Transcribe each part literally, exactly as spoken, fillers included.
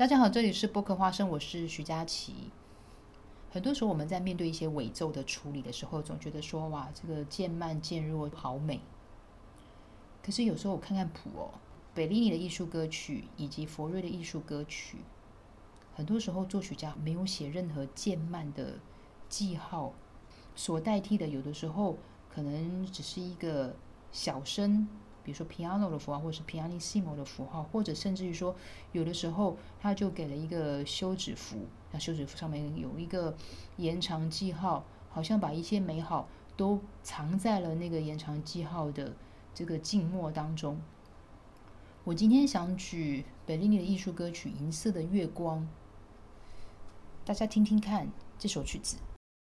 大家好，这里是播客花生，我是徐佳琪。很多时候我们在面对一些尾奏的处理的时候，总觉得说哇，这个渐慢渐弱好美。可是有时候我看看谱哦，贝利尼的艺术歌曲以及佛瑞的艺术歌曲，很多时候作曲家没有写任何渐慢的记号，所代替的有的时候可能只是一个小声，比如说 piano 的符号，或者是 pianissimo 的符号，或者甚至于说有的时候他就给了一个休止符，那休止符上面有一个延长记号，好像把一些美好都藏在了那个延长记号的这个静默当中。我今天想举贝利尼的艺术歌曲《银色的月光》，大家听听看这首曲子。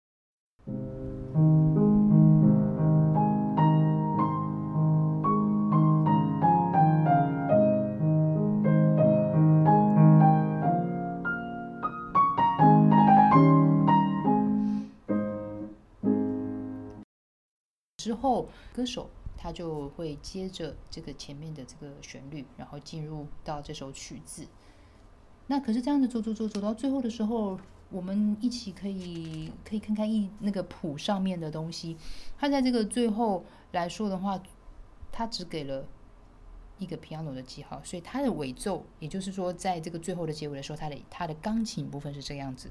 之后歌手他就会接着这个前面的这个旋律，然后进入到这首曲子。那可是这样子走走走走到最后的时候，我们一起可以可以看看一那个谱上面的东西。他在这个最后来说的话，他只给了一个 piano 的记号，所以他的尾奏，也就是说在这个最后的结尾的时候，他的他的钢琴部分是这个样子的。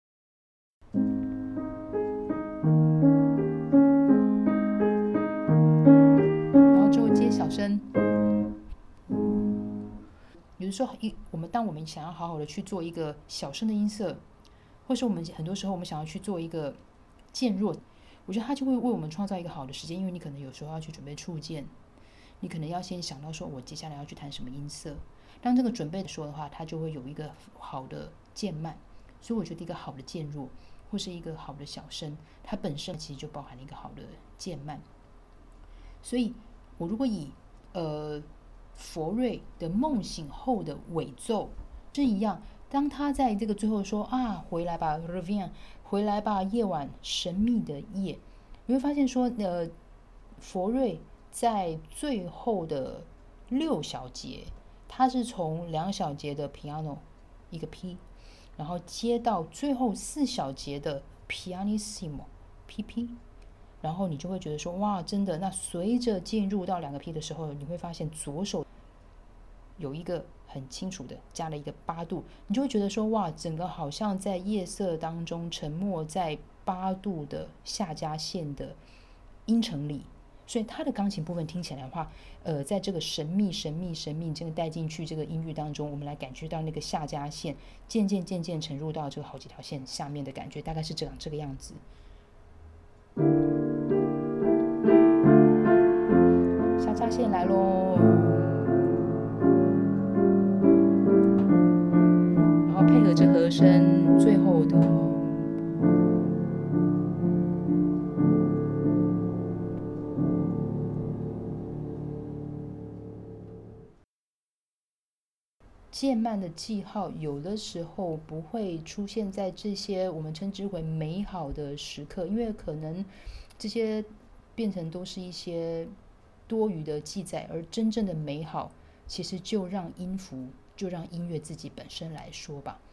小声，有的时候我们当我们想要好好的去做一个小声的音色，或是我们很多时候我们想要去做一个渐弱，我觉得它就会为我们创造一个好的时间。因为你可能有时候要去准备触键，你可能要先想到说我接下来要去弹什么音色，当这个准备的时候的话，它就会有一个好的渐慢。所以我觉得一个好的渐弱或是一个好的小声，它本身其实就包含了一个好的渐慢。所以我如果以呃佛瑞的梦醒后的尾奏是一样，当他在这个最后说啊回来吧 reviens 回来吧夜晚神秘的夜，你会发现说呃佛瑞在最后的六小节，他是从两小节的 piano 一个 P， 然后接到最后四小节的 pianissimo P P，然后你就会觉得说哇真的，那随着进入到两个 P 的时候，你会发现左手有一个很清楚的加了一个八度，你就会觉得说哇整个好像在夜色当中沉没在八度的下加线的音程里。所以它的钢琴部分听起来的话呃，在这个神秘神秘神秘这个带进去这个音域当中，我们来感觉到那个下加线渐渐渐渐沉入到这个好几条线下面的感觉，大概是这样这个样子。下加线来咯，然后配合着和声最后的渐慢的记号，有的时候不会出现在这些我们称之为美好的时刻，因为可能这些变成都是一些多余的记载，而真正的美好其实就让音符就让音乐自己本身来说吧。